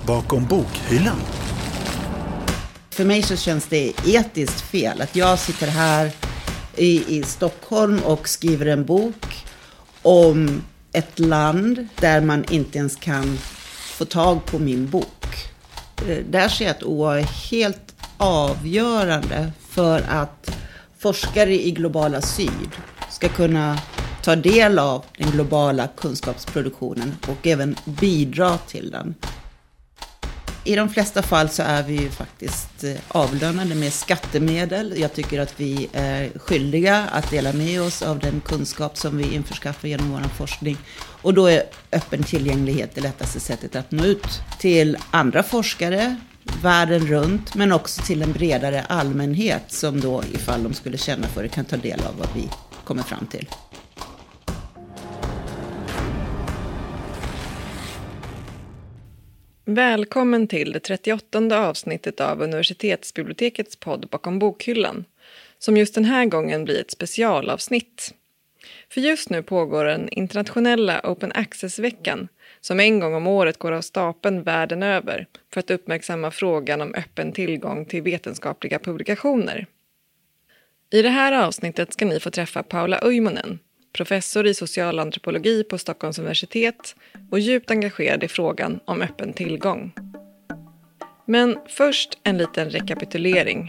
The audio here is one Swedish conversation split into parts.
Bakom bokhyllan. För mig så känns det etiskt fel att jag sitter här i Stockholm och skriver en bok om ett land där man inte ens kan få tag på min bok. Där ser jag att OA är helt avgörande för att forskare i globala syd ska kunna ta del av den globala kunskapsproduktionen och även bidra till den. I de flesta fall så är vi ju faktiskt avlönade med skattemedel. Jag tycker att vi är skyldiga att dela med oss av den kunskap som vi införskaffar genom vår forskning. Och då är öppen tillgänglighet det lättaste sättet att nå ut till andra forskare världen runt, men också till en bredare allmänhet som då, ifall de skulle känna för det, kan ta del av vad vi kommer fram till. Välkommen till det 38:e avsnittet av Universitetsbibliotekets podd Bakom bokhyllan, som just den här gången blir ett specialavsnitt. För just nu pågår den internationella Open Access-veckan som en gång om året går av stapeln världen över för att uppmärksamma frågan om öppen tillgång till vetenskapliga publikationer. I det här avsnittet ska ni få träffa Paula Uimonen, professor i socialantropologi på Stockholms universitet och djupt engagerad i frågan om öppen tillgång. Men först en liten rekapitulering.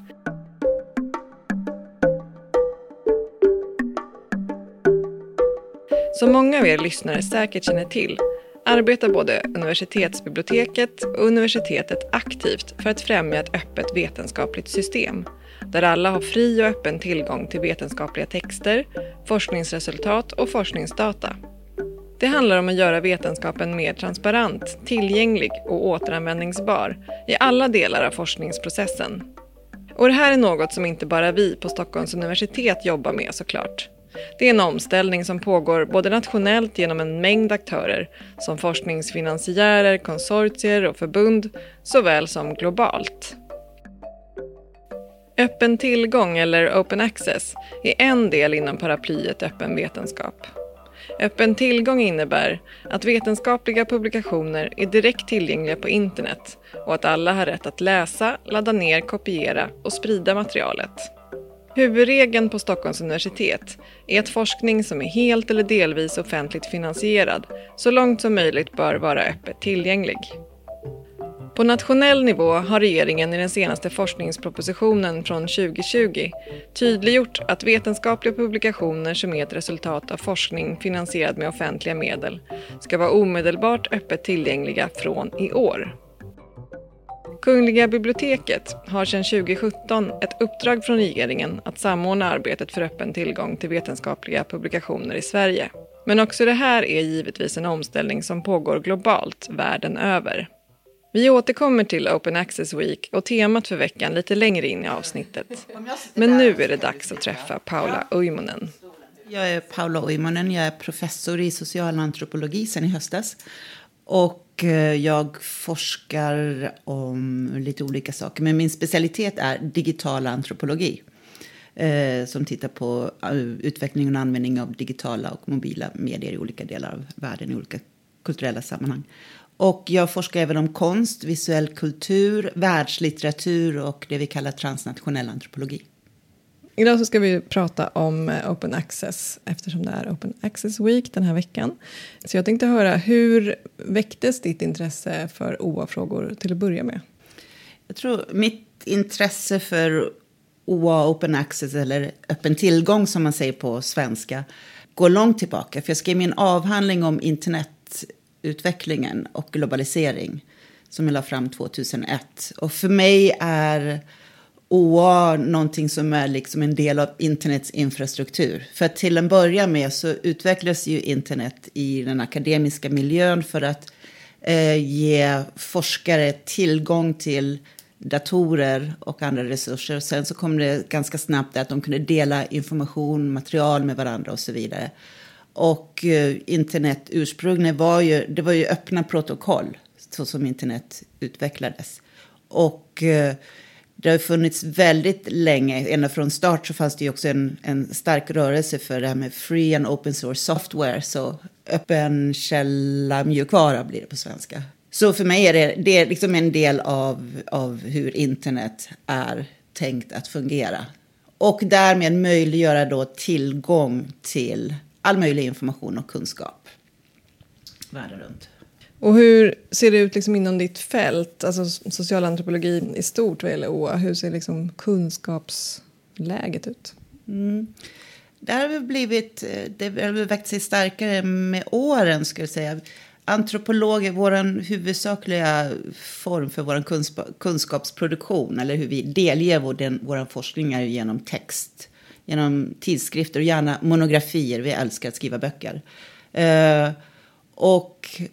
Som många av er lyssnare säkert känner till arbetar både universitetsbiblioteket och universitetet aktivt för att främja ett öppet vetenskapligt system där alla har fri och öppen tillgång till vetenskapliga texter, forskningsresultat och forskningsdata. Det handlar om att göra vetenskapen mer transparent, tillgänglig och återanvändningsbar i alla delar av forskningsprocessen. Och det här är något som inte bara vi på Stockholms universitet jobbar med såklart. Det är en omställning som pågår både nationellt genom en mängd aktörer som forskningsfinansiärer, konsortier och förbund, såväl som globalt. Öppen tillgång eller open access är en del inom paraplyet öppen vetenskap. Öppen tillgång innebär att vetenskapliga publikationer är direkt tillgängliga på internet och att alla har rätt att läsa, ladda ner, kopiera och sprida materialet. Huvudregeln på Stockholms universitet är att forskning som är helt eller delvis offentligt finansierad så långt som möjligt bör vara öppet tillgänglig. På nationell nivå har regeringen i den senaste forskningspropositionen från 2020 tydliggjort att vetenskapliga publikationer som är ett resultat av forskning finansierad med offentliga medel ska vara omedelbart öppet tillgängliga från i år. Kungliga biblioteket har sedan 2017 ett uppdrag från regeringen att samordna arbetet för öppen tillgång till vetenskapliga publikationer i Sverige. Men också det här är givetvis en omställning som pågår globalt världen över. Vi återkommer till Open Access Week och temat för veckan lite längre in i avsnittet. Men nu är det dags att träffa Paula Uimonen. Jag är Paula Uimonen, jag är professor i socialantropologi sedan i höstas. Och jag forskar om lite olika saker. Men min specialitet är digital antropologi. Som tittar på utvecklingen och användning av digitala och mobila medier i olika delar av världen i olika kulturella sammanhang. Och jag forskar även om konst, visuell kultur, världslitteratur och det vi kallar transnationell antropologi. Idag så ska vi prata om Open Access eftersom det är Open Access Week den här veckan. Så jag tänkte höra, hur väcktes ditt intresse för OA-frågor till att börja med? Jag tror mitt intresse för OA, Open Access eller öppen tillgång som man säger på svenska går långt tillbaka. För jag skrev min avhandling om internetutvecklingen och globalisering som jag la fram 2001. Och för mig är OA någonting som är liksom en del av internets infrastruktur. För att till en början med så utvecklas ju internet i den akademiska miljön för att ge forskare tillgång till datorer och andra resurser. Sen så kom det ganska snabbt att de kunde dela information, material med varandra och så vidare. Och internet ursprungligen var ju öppna protokoll så som internet utvecklades. Och det har funnits väldigt länge, ända från start så fanns det ju också en stark rörelse för det här med free and open source software. Så öppen källa mjukvara blir det på svenska. Så för mig är det är liksom en del av hur internet är tänkt att fungera. Och därmed möjliggöra då tillgång till all möjlig information och kunskap världen runt. Och hur ser det ut liksom inom ditt fält, alltså socialantropologi i stort vad gäller OA? Hur ser liksom kunskapsläget ut? Det har växt sig starkare med åren, ska jag säga. Antropolog är vår huvudsakliga form för vår kunskapsproduktion, eller hur vi delger vår forskning är genom text, genom tidskrifter och gärna monografier. Vi älskar att skriva böcker. Och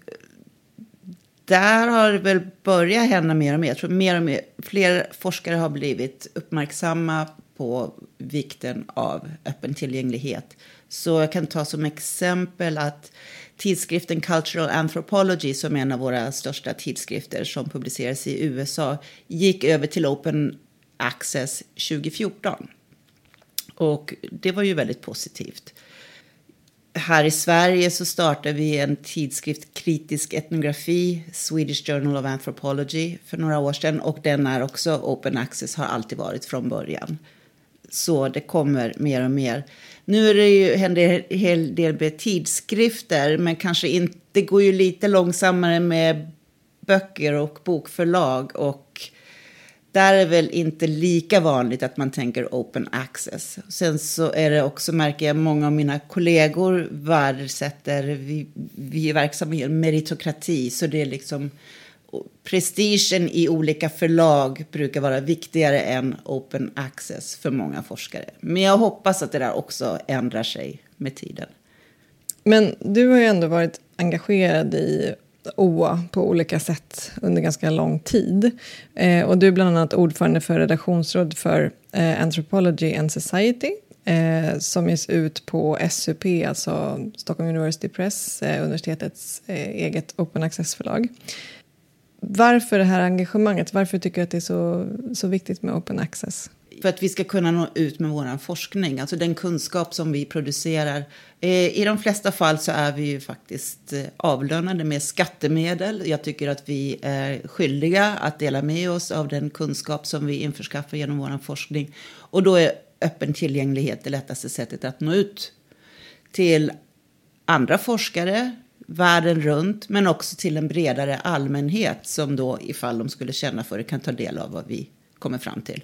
där har det väl börjat hända mer och mer. Jag tror fler forskare har blivit uppmärksamma på vikten av öppen tillgänglighet. Så jag kan ta som exempel att tidskriften Cultural Anthropology, som är en av våra största tidskrifter som publiceras i USA, gick över till Open Access 2014. Och det var ju väldigt positivt. Här i Sverige så startade vi en tidskrift, Kritisk etnografi, Swedish Journal of Anthropology, för några år sedan. Och den är också Open Access, har alltid varit från början. Så det kommer mer och mer. Nu är händer en hel del med tidskrifter, men kanske inte, går ju lite långsammare med böcker och bokförlag. Och där är väl inte lika vanligt att man tänker open access. Sen så är det också, märker jag, många av mina kollegor värdesätter, vi är verksamma i meritokrati, så det är liksom prestigen i olika förlag brukar vara viktigare än open access för många forskare. Men jag hoppas att det där också ändrar sig med tiden. Men du har ju ändå varit engagerad i OA på olika sätt under ganska lång tid. Och du är bland annat ordförande för redaktionsråd för Anthropology and Society, som ges ut på SUP, alltså Stockholm University Press, universitetets eget open access-förlag. Varför det här engagemanget? Varför tycker du att det är så viktigt med open access? För att vi ska kunna nå ut med vår forskning, alltså den kunskap som vi producerar. I de flesta fall så är vi ju faktiskt avlönade med skattemedel. Jag tycker att vi är skyldiga att dela med oss av den kunskap som vi införskaffar genom vår forskning. Och då är öppen tillgänglighet det lättaste sättet att nå ut till andra forskare världen runt, men också till en bredare allmänhet som då, ifall de skulle känna för det, kan ta del av vad vi kommer fram till.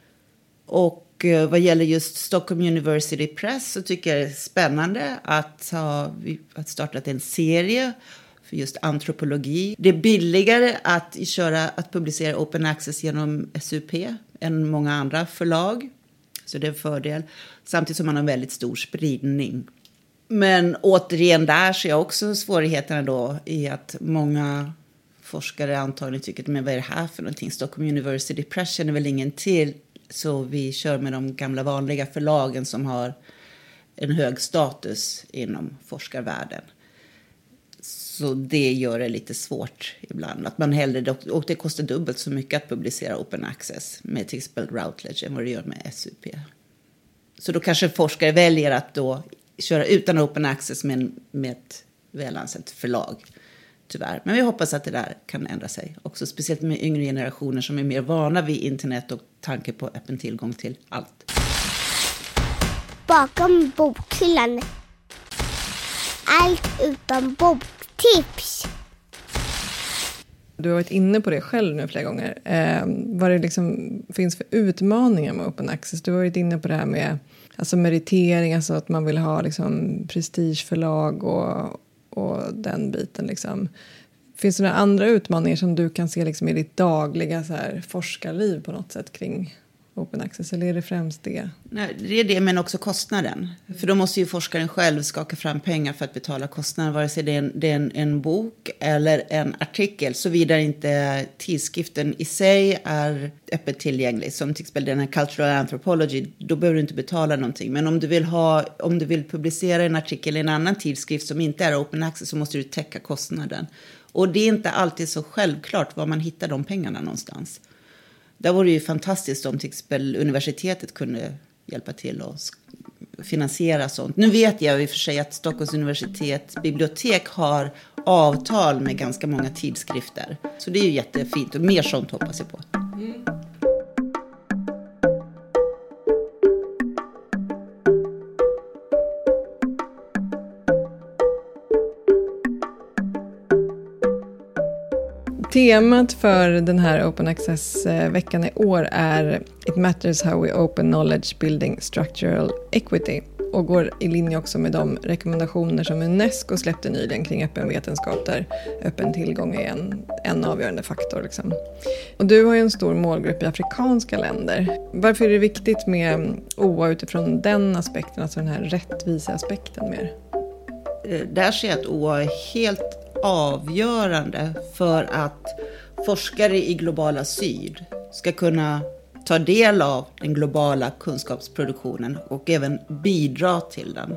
Och vad gäller just Stockholm University Press så tycker jag det är spännande att startat en serie för just antropologi. Det är billigare att publicera open access genom SUP än många andra förlag, så det är en fördel. Samtidigt som man har väldigt stor spridning. Men återigen, där ser jag också svårigheterna då i att många forskare antagligen tycker, men vad är det här för någonting? Stockholm University Press känner väl ingen till, så vi kör med de gamla vanliga förlagen som har en hög status inom forskarvärlden. Så det gör det lite svårt ibland. Att man hellre, och det kostar dubbelt så mycket att publicera open access med till exempel Routledge än vad det gör med SUP. Så då kanske forskare väljer att då köra utan open access med ett välansett förlag, tyvärr. Men vi hoppas att det där kan ändra sig. Också speciellt med yngre generationer som är mer vana vid internet och tanke på öppen tillgång till allt. Bakom bokhyllan. Allt utom boktips. Du har varit inne på det själv nu flera gånger. Vad det liksom finns för utmaningar med open access? Du har varit inne på det här med alltså meritering, alltså att man vill ha liksom prestigeförlag och den biten liksom. Finns det några andra utmaningar som du kan se liksom i ditt dagliga så här forskarliv på något sätt kring open access, eller är det främst det? Nej, det är det, men också kostnaden. För då måste ju forskaren själv skaka fram pengar för att betala kostnaden, vare sig det är en bok eller en artikel, såvida inte tidskriften i sig är öppet tillgänglig. Som till exempel den här Cultural Anthropology, då behöver du inte betala någonting. Men om du vill publicera en artikel i en annan tidskrift som inte är open access, så måste du täcka kostnaden. Och det är inte alltid så självklart var man hittar de pengarna någonstans. Där vore det ju fantastiskt om till exempel universitetet kunde hjälpa till och finansiera sånt. Nu vet jag i och för sig att Stockholms universitets bibliotek har avtal med ganska många tidskrifter. Så det är ju jättefint och mer sånt hoppas jag på. Temat för den här Open Access-veckan i år är It matters how we open knowledge building structural equity och går i linje också med de rekommendationer som UNESCO släppte nyligen kring öppen vetenskap där öppen tillgång är en avgörande faktor. Liksom. Och du har ju en stor målgrupp i afrikanska länder. Varför är det viktigt med OA utifrån den aspekten, alltså den här rättvisa aspekten mer? Där ser jag att OA är helt avgörande för att forskare i globala syd ska kunna ta del av den globala kunskapsproduktionen och även bidra till den.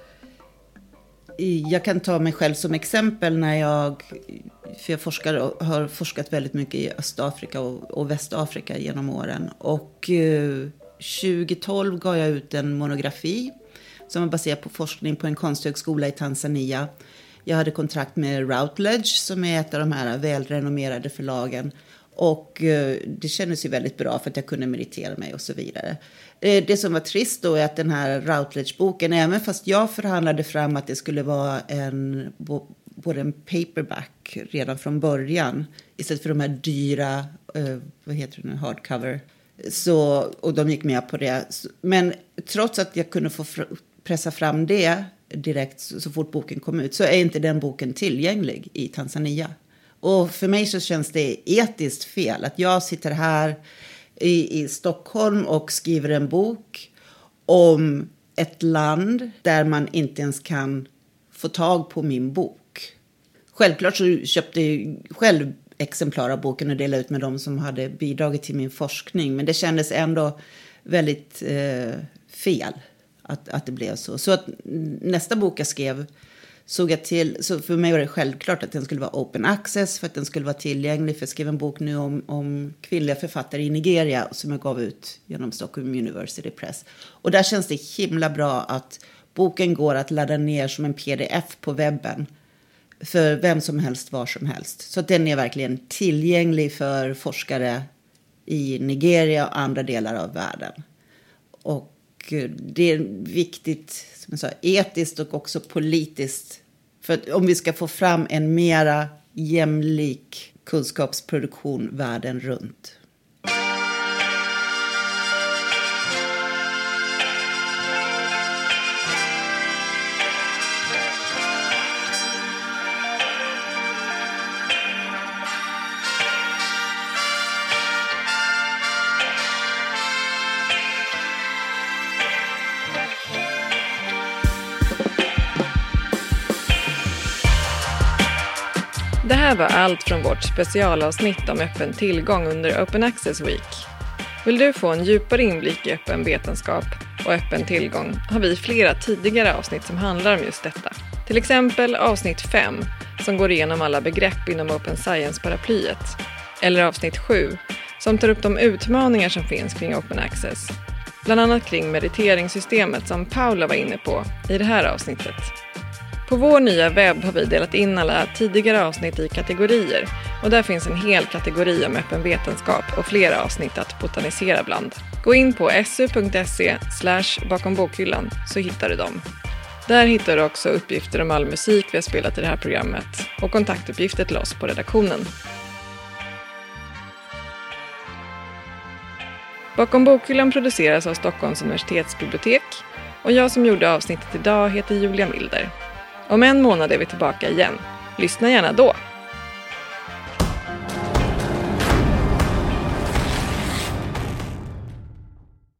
Jag kan ta mig själv som exempel när jag har forskat väldigt mycket i Östafrika och Västafrika genom åren. Och 2012 gav jag ut en monografi som var baserad på forskning på en konsthögskola i Tanzania. Jag hade kontrakt med Routledge som är ett av de här välrenommerade förlagen. Och det kändes ju väldigt bra för att jag kunde meritera mig och så vidare. Det som var trist då är att den här Routledge-boken, även fast jag förhandlade fram att det skulle vara både en paperback redan från början istället för de här dyra, hardcover. Och de gick med på det. Men trots att jag kunde få pressa fram det direkt så fort boken kom ut så är inte den boken tillgänglig i Tanzania. Och för mig så känns det etiskt fel att jag sitter här i Stockholm och skriver en bok om ett land där man inte ens kan få tag på min bok. Självklart så köpte jag själv exemplar av boken och delade ut med dem som hade bidragit till min forskning. Men det kändes ändå väldigt fel att det blev så. Så att nästa bok jag skrev såg jag till, så för mig var det självklart att den skulle vara open access för att den skulle vara tillgänglig. För jag skrev en bok nu om kvinnliga författare i Nigeria som jag gav ut genom Stockholm University Press. Och där känns det himla bra att boken går att ladda ner som en pdf på webben för vem som helst, var som helst. Så att den är verkligen tillgänglig för forskare i Nigeria och andra delar av världen. Och det är viktigt, som jag sa, etiskt och också politiskt. För att om vi ska få fram en mera jämlik kunskapsproduktion världen runt. Det här var allt från vårt specialavsnitt om öppen tillgång under Open Access Week. Vill du få en djupare inblick i öppen vetenskap och öppen tillgång har vi flera tidigare avsnitt som handlar om just detta. Till exempel avsnitt 5 som går igenom alla begrepp inom Open Science-paraplyet. Eller avsnitt 7 som tar upp de utmaningar som finns kring Open Access. Bland annat kring meriteringssystemet som Paula var inne på i det här avsnittet. På vår nya webb har vi delat in alla tidigare avsnitt i kategorier och där finns en hel kategori om öppen vetenskap och flera avsnitt att botanisera bland. Gå in på su.se/bakombokhyllan så hittar du dem. Där hittar du också uppgifter om all musik vi har spelat i det här programmet och kontaktuppgifter till oss på redaktionen. Bakom bokhyllan produceras av Stockholms universitetsbibliotek och jag som gjorde avsnittet idag heter Julia Milder. Om en månad är vi tillbaka igen. Lyssna gärna då!